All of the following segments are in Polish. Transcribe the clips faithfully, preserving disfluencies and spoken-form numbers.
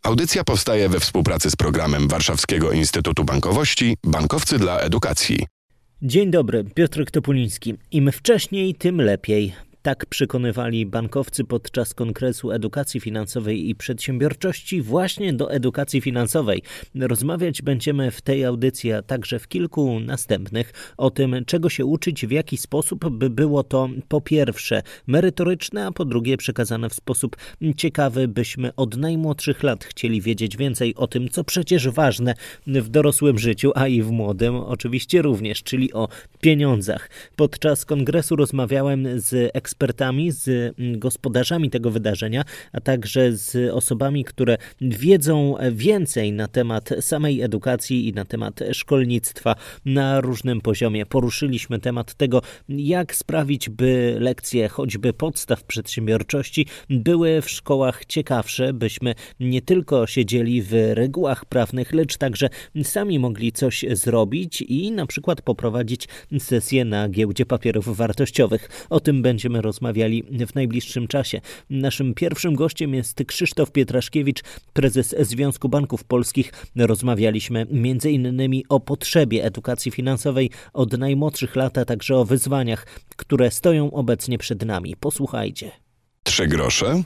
Audycja powstaje we współpracy z programem Warszawskiego Instytutu Bankowości Bankowcy dla Edukacji. Dzień dobry, Piotr Topuliński. Im wcześniej, tym lepiej. Tak przekonywali bankowcy podczas Kongresu Edukacji Finansowej i Przedsiębiorczości właśnie do edukacji finansowej. Rozmawiać będziemy w tej audycji, a także w kilku następnych o tym, czego się uczyć, w jaki sposób, by było to po pierwsze merytoryczne, a po drugie przekazane w sposób ciekawy, byśmy od najmłodszych lat chcieli wiedzieć więcej o tym, co przecież ważne w dorosłym życiu, a i w młodym oczywiście również, czyli o pieniądzach. Podczas kongresu rozmawiałem z ekspertami, ekspertami, z gospodarzami tego wydarzenia, a także z osobami, które wiedzą więcej na temat samej edukacji i na temat szkolnictwa na różnym poziomie. Poruszyliśmy temat tego, jak sprawić, by lekcje choćby podstaw przedsiębiorczości były w szkołach ciekawsze, byśmy nie tylko siedzieli w regułach prawnych, lecz także sami mogli coś zrobić i na przykład poprowadzić sesję na giełdzie papierów wartościowych. O tym będziemy rozmawiali w najbliższym czasie. Naszym pierwszym gościem jest Krzysztof Pietraszkiewicz, prezes Związku Banków Polskich. Rozmawialiśmy między innymi o potrzebie edukacji finansowej od najmłodszych lat, a także o wyzwaniach, które stoją obecnie przed nami. Posłuchajcie. Trzy grosze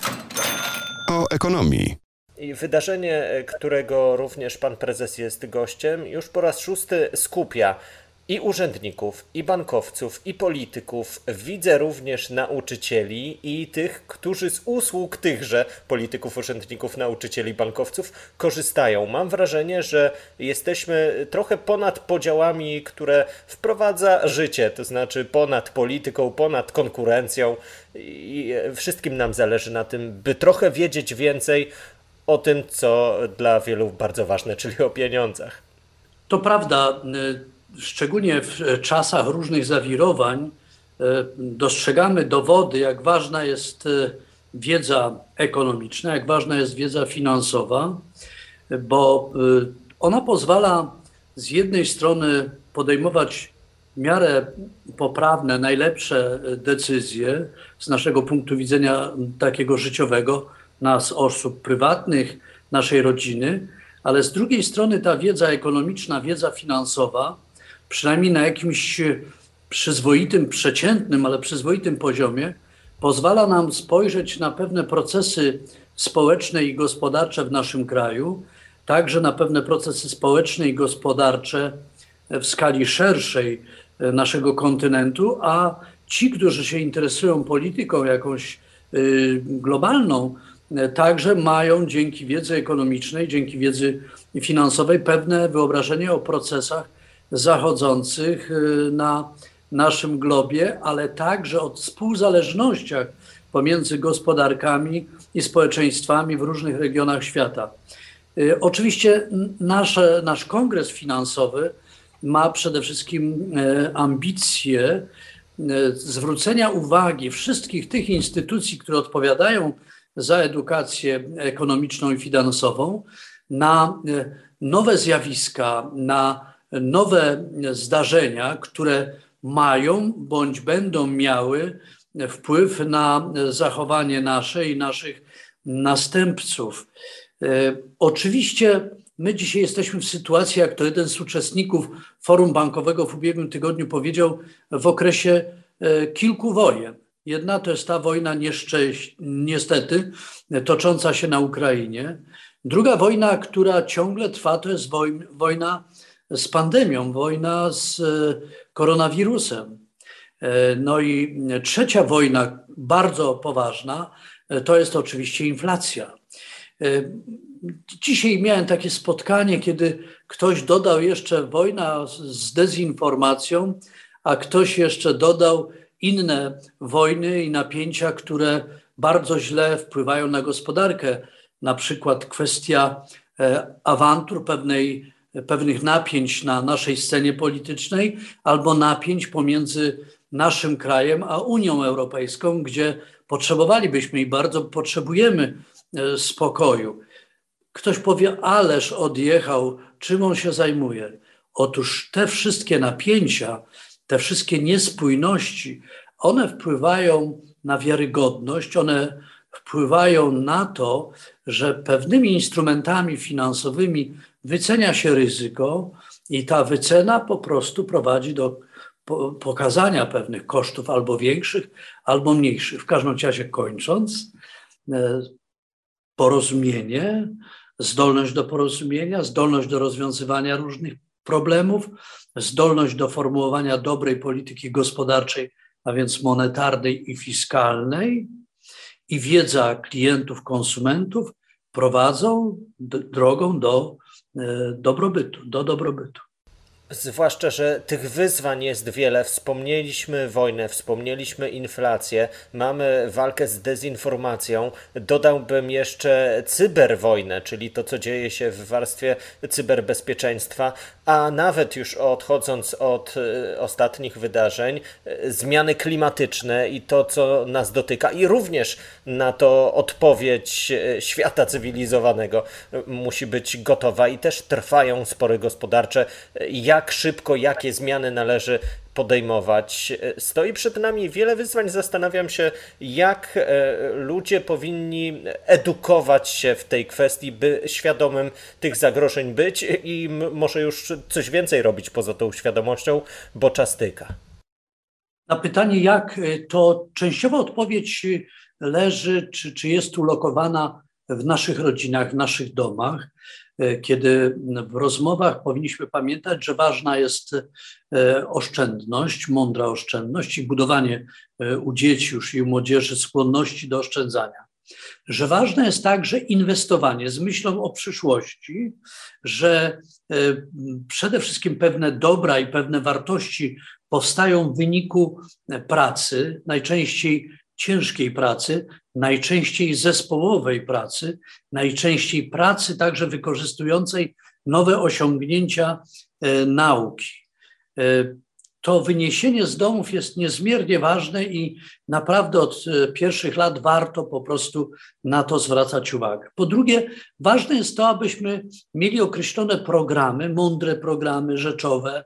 o ekonomii. I wydarzenie, którego również pan prezes jest gościem, już po raz szósty skupia i urzędników, i bankowców, i polityków. Widzę również nauczycieli i tych, którzy z usług tychże polityków, urzędników, nauczycieli, bankowców korzystają. Mam wrażenie, że jesteśmy trochę ponad podziałami, które wprowadza życie, to znaczy ponad polityką, ponad konkurencją i wszystkim nam zależy na tym, by trochę wiedzieć więcej o tym, co dla wielu bardzo ważne, czyli o pieniądzach. To prawda. Szczególnie w czasach różnych zawirowań dostrzegamy dowody, jak ważna jest wiedza ekonomiczna, jak ważna jest wiedza finansowa, bo ona pozwala z jednej strony podejmować w miarę poprawne, najlepsze decyzje z naszego punktu widzenia takiego życiowego, nas, osób prywatnych, naszej rodziny, ale z drugiej strony ta wiedza ekonomiczna, wiedza finansowa, przynajmniej na jakimś przyzwoitym, przeciętnym, ale przyzwoitym poziomie, pozwala nam spojrzeć na pewne procesy społeczne i gospodarcze w naszym kraju, także na pewne procesy społeczne i gospodarcze w skali szerszej naszego kontynentu, a ci, którzy się interesują polityką jakąś y, globalną, także mają dzięki wiedzy ekonomicznej, dzięki wiedzy finansowej pewne wyobrażenie o procesach zachodzących na naszym globie, ale także o współzależnościach pomiędzy gospodarkami i społeczeństwami w różnych regionach świata. Oczywiście nasze, nasz kongres finansowy ma przede wszystkim ambicje zwrócenia uwagi wszystkich tych instytucji, które odpowiadają za edukację ekonomiczną i finansową, na nowe zjawiska, na nowe zdarzenia, które mają bądź będą miały wpływ na zachowanie nasze i naszych następców. E, oczywiście my dzisiaj jesteśmy w sytuacji, jak to jeden z uczestników Forum Bankowego w ubiegłym tygodniu powiedział, w okresie e, kilku wojen. Jedna to jest ta wojna nieszczęś- niestety tocząca się na Ukrainie. Druga wojna, która ciągle trwa, to jest woj- wojna z pandemią, wojna z koronawirusem. No i trzecia wojna, bardzo poważna, to jest oczywiście inflacja. Dzisiaj miałem takie spotkanie, kiedy ktoś dodał jeszcze wojna z dezinformacją, a ktoś jeszcze dodał inne wojny i napięcia, które bardzo źle wpływają na gospodarkę. Na przykład kwestia awantur, pewnej, pewnych napięć na naszej scenie politycznej albo napięć pomiędzy naszym krajem a Unią Europejską, gdzie potrzebowalibyśmy i bardzo potrzebujemy spokoju. Ktoś powie, ależ odjechał, czym on się zajmuje? Otóż te wszystkie napięcia, te wszystkie niespójności, one wpływają na wiarygodność, one wpływają na to, że pewnymi instrumentami finansowymi wycenia się ryzyko i ta wycena po prostu prowadzi do pokazania pewnych kosztów albo większych, albo mniejszych. W każdym razie kończąc, porozumienie, zdolność do porozumienia, zdolność do rozwiązywania różnych problemów, zdolność do formułowania dobrej polityki gospodarczej, a więc monetarnej i fiskalnej, i wiedza klientów, konsumentów prowadzą d- drogą do e, dobrobytu, do dobrobytu. Zwłaszcza, że tych wyzwań jest wiele. Wspomnieliśmy wojnę, wspomnieliśmy inflację, mamy walkę z dezinformacją. Dodałbym jeszcze cyberwojnę, czyli to, co dzieje się w warstwie cyberbezpieczeństwa, a nawet już odchodząc od y, ostatnich wydarzeń, y, zmiany klimatyczne i to, co nas dotyka, i również na to odpowiedź y, świata cywilizowanego y, musi być gotowa i też trwają spory gospodarcze. Jak Jak szybko, jakie zmiany należy podejmować. Stoi przed nami wiele wyzwań. Zastanawiam się, jak ludzie powinni edukować się w tej kwestii, by świadomym tych zagrożeń być i może już coś więcej robić poza tą świadomością, bo czas tyka. Na pytanie jak, to częściowa odpowiedź leży, czy, czy jest ulokowana w naszych rodzinach, w naszych domach, kiedy w rozmowach powinniśmy pamiętać, że ważna jest oszczędność, mądra oszczędność i budowanie u dzieci już i u młodzieży skłonności do oszczędzania. Że ważne jest także inwestowanie z myślą o przyszłości, że przede wszystkim pewne dobra i pewne wartości powstają w wyniku pracy, najczęściej ciężkiej pracy, najczęściej zespołowej pracy, najczęściej pracy także wykorzystującej nowe osiągnięcia e, nauki. E, to wyniesienie z domów jest niezmiernie ważne i naprawdę od e, pierwszych lat warto po prostu na to zwracać uwagę. Po drugie, ważne jest to, abyśmy mieli określone programy, mądre programy rzeczowe,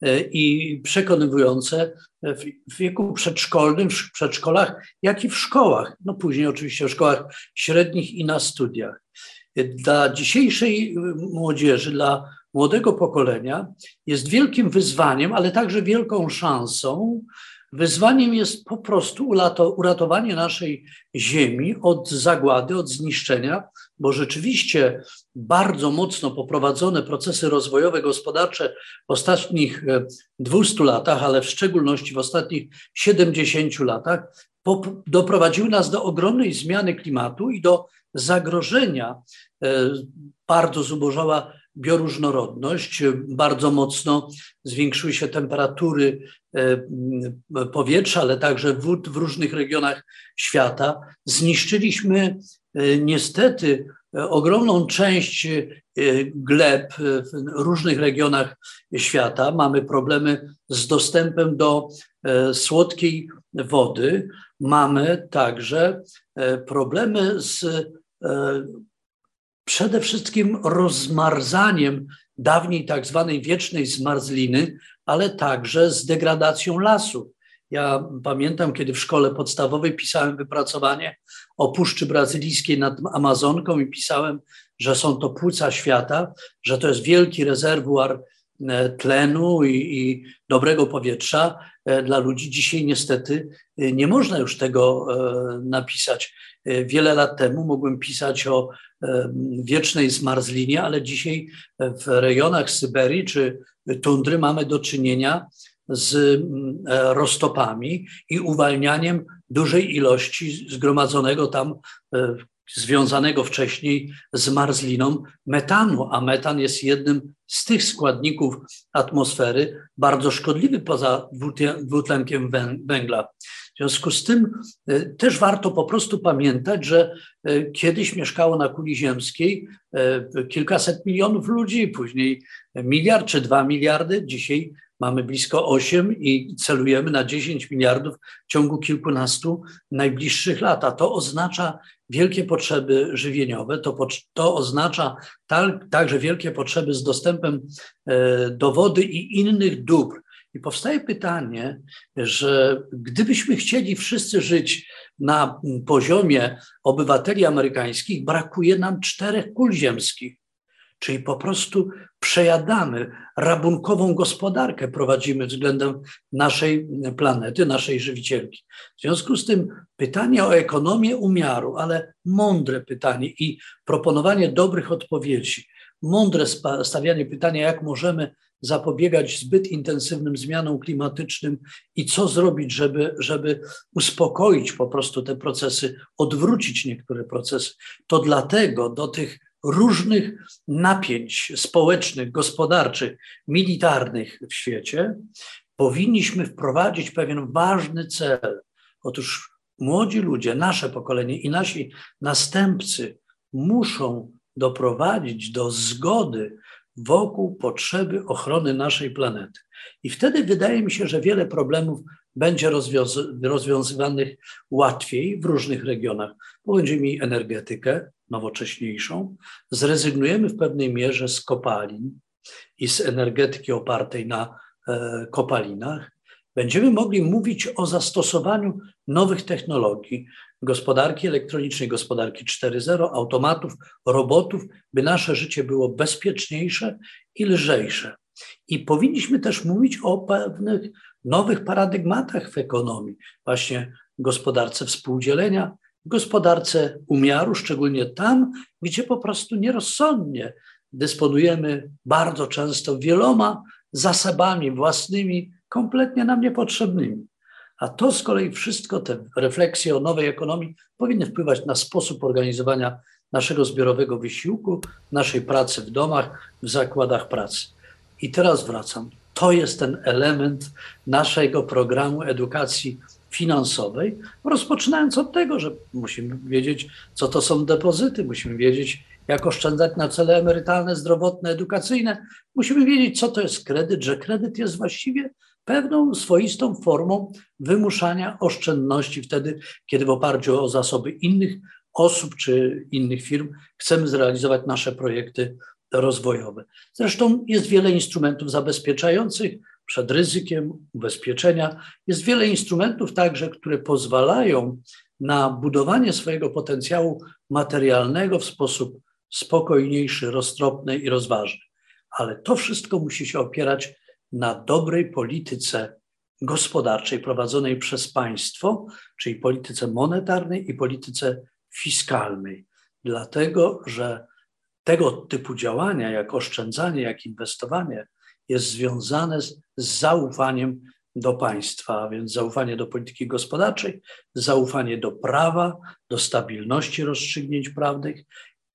i przekonywujące w wieku przedszkolnym, w przedszkolach, jak i w szkołach, no później oczywiście w szkołach średnich i na studiach. Dla dzisiejszej młodzieży, dla młodego pokolenia jest wielkim wyzwaniem, ale także wielką szansą. Wyzwaniem jest po prostu uratowanie naszej ziemi od zagłady, od zniszczenia, bo rzeczywiście bardzo mocno poprowadzone procesy rozwojowe, gospodarcze w ostatnich dwustu latach, ale w szczególności w ostatnich siedemdziesięciu latach, doprowadziły nas do ogromnej zmiany klimatu i do zagrożenia. Bardzo zubożała bioróżnorodność, bardzo mocno zwiększyły się temperatury powietrza, ale także wód w różnych regionach świata. Zniszczyliśmy niestety ogromną część gleb w różnych regionach świata. Mamy problemy z dostępem do słodkiej wody. Mamy także problemy z przede wszystkim rozmarzaniem dawniej tak zwanej wiecznej zmarzliny, ale także z degradacją lasów. Ja pamiętam, kiedy w szkole podstawowej pisałem wypracowanie o Puszczy Brazylijskiej nad Amazonką i pisałem, że są to płuca świata, że to jest wielki rezerwuar tlenu i, i dobrego powietrza dla ludzi. Dzisiaj niestety nie można już tego napisać. Wiele lat temu mogłem pisać o wiecznej zmarzlinie, ale dzisiaj w rejonach Syberii czy tundry mamy do czynienia z roztopami i uwalnianiem dużej ilości zgromadzonego tam, związanego wcześniej z marzliną metanu, a metan jest jednym z tych składników atmosfery bardzo szkodliwy poza dwutlenkiem węgla. W związku z tym też warto po prostu pamiętać, że kiedyś mieszkało na kuli ziemskiej kilkaset milionów ludzi, później miliard czy dwa miliardy, dzisiaj mamy blisko osiem i celujemy na dziesięć miliardów w ciągu kilkunastu najbliższych lat. A to oznacza wielkie potrzeby żywieniowe, to, to oznacza tak, także wielkie potrzeby z dostępem do wody i innych dóbr. I powstaje pytanie, że gdybyśmy chcieli wszyscy żyć na poziomie obywateli amerykańskich, brakuje nam czterech kul ziemskich. Czyli po prostu przejadamy, rabunkową gospodarkę prowadzimy względem naszej planety, naszej żywicielki. W związku z tym pytanie o ekonomię umiaru, ale mądre pytanie i proponowanie dobrych odpowiedzi, mądre stawianie pytania, jak możemy zapobiegać zbyt intensywnym zmianom klimatycznym i co zrobić, żeby, żeby uspokoić po prostu te procesy, odwrócić niektóre procesy. To dlatego do tych różnych napięć społecznych, gospodarczych, militarnych w świecie powinniśmy wprowadzić pewien ważny cel. Otóż młodzi ludzie, nasze pokolenie i nasi następcy muszą doprowadzić do zgody wokół potrzeby ochrony naszej planety. I wtedy wydaje mi się, że wiele problemów będzie rozwiąz- rozwiązywanych łatwiej w różnych regionach, bo będziemy mieli energetykę nowocześniejszą, zrezygnujemy w pewnej mierze z kopalin i z energetyki opartej na e, kopalinach. Będziemy mogli mówić o zastosowaniu nowych technologii, gospodarki elektronicznej, gospodarki cztery zero, automatów, robotów, by nasze życie było bezpieczniejsze i lżejsze. I powinniśmy też mówić o pewnych nowych paradygmatach w ekonomii, właśnie gospodarce współdzielenia, gospodarce umiaru, szczególnie tam, gdzie po prostu nierozsądnie dysponujemy bardzo często wieloma zasobami własnymi, kompletnie nam niepotrzebnymi. A to z kolei wszystko, te refleksje o nowej ekonomii powinny wpływać na sposób organizowania naszego zbiorowego wysiłku, naszej pracy w domach, w zakładach pracy. I teraz wracam. To jest ten element naszego programu edukacji finansowej, rozpoczynając od tego, że musimy wiedzieć, co to są depozyty, musimy wiedzieć, jak oszczędzać na cele emerytalne, zdrowotne, edukacyjne. Musimy wiedzieć, co to jest kredyt, że kredyt jest właściwie pewną swoistą formą wymuszania oszczędności wtedy, kiedy w oparciu o zasoby innych osób czy innych firm chcemy zrealizować nasze projekty rozwojowe. Zresztą jest wiele instrumentów zabezpieczających przed ryzykiem ubezpieczenia. Jest wiele instrumentów także, które pozwalają na budowanie swojego potencjału materialnego w sposób spokojniejszy, roztropny i rozważny. Ale to wszystko musi się opierać na dobrej polityce gospodarczej prowadzonej przez państwo, czyli polityce monetarnej i polityce fiskalnej. Dlatego, że tego typu działania, jak oszczędzanie, jak inwestowanie, jest związane z, z zaufaniem do państwa, a więc zaufanie do polityki gospodarczej, zaufanie do prawa, do stabilności rozstrzygnięć prawnych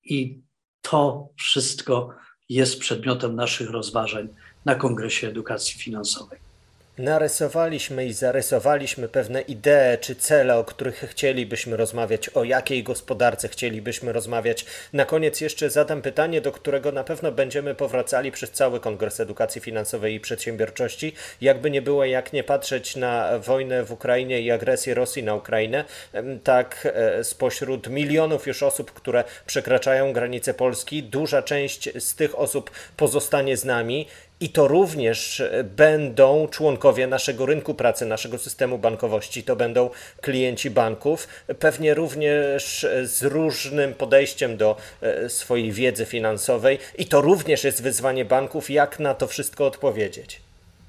i to wszystko jest przedmiotem naszych rozważań na Kongresie Edukacji Finansowej. Narysowaliśmy i zarysowaliśmy pewne idee czy cele, o których chcielibyśmy rozmawiać, o jakiej gospodarce chcielibyśmy rozmawiać. Na koniec jeszcze zadam pytanie, do którego na pewno będziemy powracali przez cały Kongres Edukacji Finansowej i Przedsiębiorczości. Jakby nie było, jak nie patrzeć na wojnę w Ukrainie i agresję Rosji na Ukrainę, tak spośród milionów już osób, które przekraczają granice Polski, duża część z tych osób pozostanie z nami. I to również będą członkowie naszego rynku pracy, naszego systemu bankowości, to będą klienci banków, pewnie również z różnym podejściem do swojej wiedzy finansowej i to również jest wyzwanie banków, jak na to wszystko odpowiedzieć.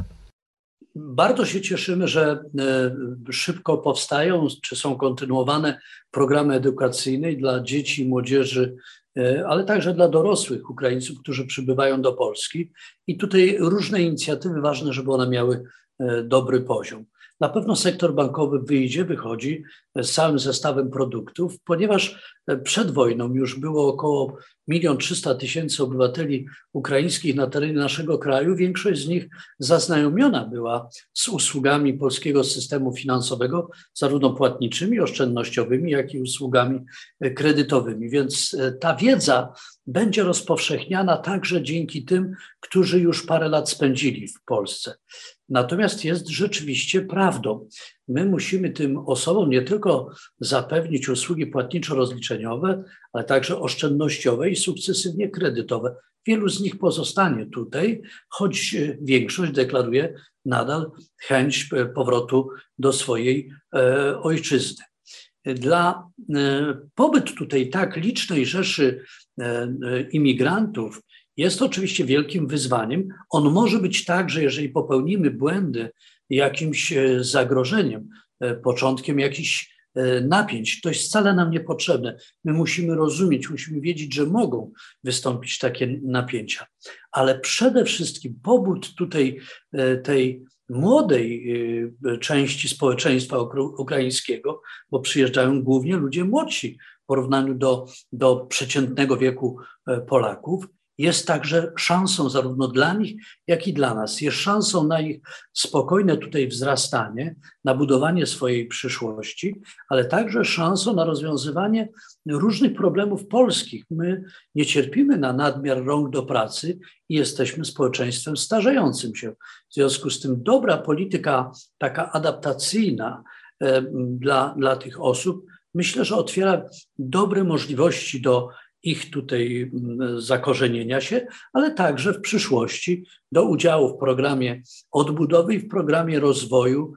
Bardzo się cieszymy, że szybko powstają czy są kontynuowane programy edukacyjne dla dzieci i młodzieży, ale także dla dorosłych Ukraińców, którzy przybywają do Polski. I tutaj różne inicjatywy, ważne, żeby one miały dobry poziom. Na pewno sektor bankowy wyjdzie, wychodzi z całym zestawem produktów, ponieważ przed wojną już było około milion trzysta tysięcy obywateli ukraińskich na terenie naszego kraju. Większość z nich zaznajomiona była z usługami polskiego systemu finansowego, zarówno płatniczymi, oszczędnościowymi, jak i usługami kredytowymi. Więc ta wiedza będzie rozpowszechniana także dzięki tym, którzy już parę lat spędzili w Polsce. Natomiast jest rzeczywiście prawdą. My musimy tym osobom nie tylko zapewnić usługi płatniczo-rozliczeniowe, ale także oszczędnościowe i sukcesywnie kredytowe. Wielu z nich pozostanie tutaj, choć większość deklaruje nadal chęć powrotu do swojej e, ojczyzny. Dla e, pobyt tutaj tak licznej rzeszy e, e, imigrantów jest oczywiście wielkim wyzwaniem. On może być także, jeżeli popełnimy błędy, jakimś zagrożeniem, początkiem jakichś napięć. To jest wcale nam niepotrzebne. My musimy rozumieć, musimy wiedzieć, że mogą wystąpić takie napięcia. Ale przede wszystkim pobyt tutaj tej młodej części społeczeństwa ukraińskiego, bo przyjeżdżają głównie ludzie młodsi w porównaniu do, do przeciętnego wieku Polaków, jest także szansą zarówno dla nich, jak i dla nas. Jest szansą na ich spokojne tutaj wzrastanie, na budowanie swojej przyszłości, ale także szansą na rozwiązywanie różnych problemów polskich. My nie cierpimy na nadmiar rąk do pracy i jesteśmy społeczeństwem starzejącym się. W związku z tym dobra polityka, taka adaptacyjna e, dla, dla tych osób, myślę, że otwiera dobre możliwości do ich tutaj zakorzenienia się, ale także w przyszłości do udziału w programie odbudowy i w programie rozwoju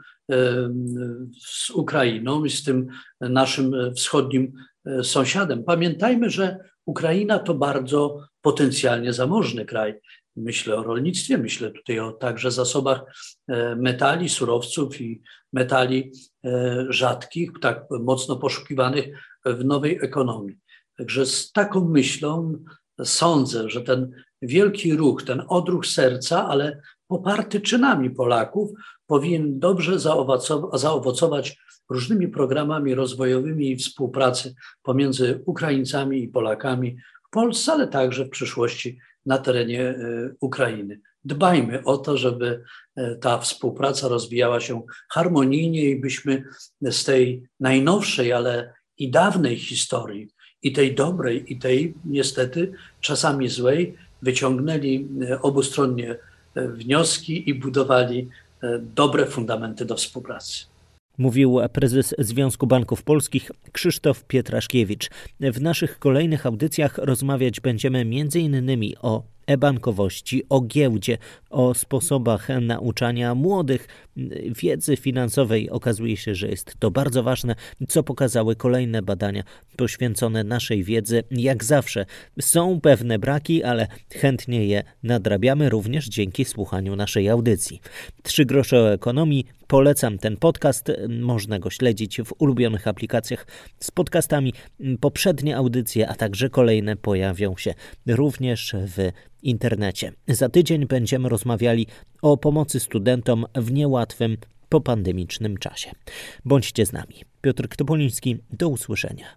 z Ukrainą i z tym naszym wschodnim sąsiadem. Pamiętajmy, że Ukraina to bardzo potencjalnie zamożny kraj. Myślę o rolnictwie, myślę tutaj o także zasobach metali, surowców i metali rzadkich, tak mocno poszukiwanych w nowej ekonomii. Także z taką myślą sądzę, że ten wielki ruch, ten odruch serca, ale poparty czynami Polaków, powinien dobrze zaowocować różnymi programami rozwojowymi i współpracy pomiędzy Ukraińcami i Polakami w Polsce, ale także w przyszłości na terenie Ukrainy. Dbajmy o to, żeby ta współpraca rozwijała się harmonijnie i byśmy z tej najnowszej, ale i dawnej historii, i tej dobrej, i tej niestety czasami złej, wyciągnęli obustronnie wnioski i budowali dobre fundamenty do współpracy. Mówił prezes Związku Banków Polskich Krzysztof Pietraszkiewicz. W naszych kolejnych audycjach rozmawiać będziemy między innymi o e-bankowości, o giełdzie, o sposobach nauczania młodych wiedzy finansowej. Okazuje się, że jest to bardzo ważne, co pokazały kolejne badania poświęcone naszej wiedzy. Jak zawsze są pewne braki, ale chętnie je nadrabiamy również dzięki słuchaniu naszej audycji. Trzy grosze o ekonomii. Polecam ten podcast. Można go śledzić w ulubionych aplikacjach z podcastami. Poprzednie audycje, a także kolejne pojawią się również w internecie. Za tydzień będziemy rozmawiali o pomocy studentom w niełatwym popandemicznym czasie. Bądźcie z nami. Piotr Topuliński, do usłyszenia.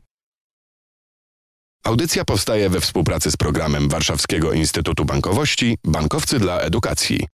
Audycja powstaje we współpracy z programem Warszawskiego Instytutu Bankowości Bankowcy dla Edukacji.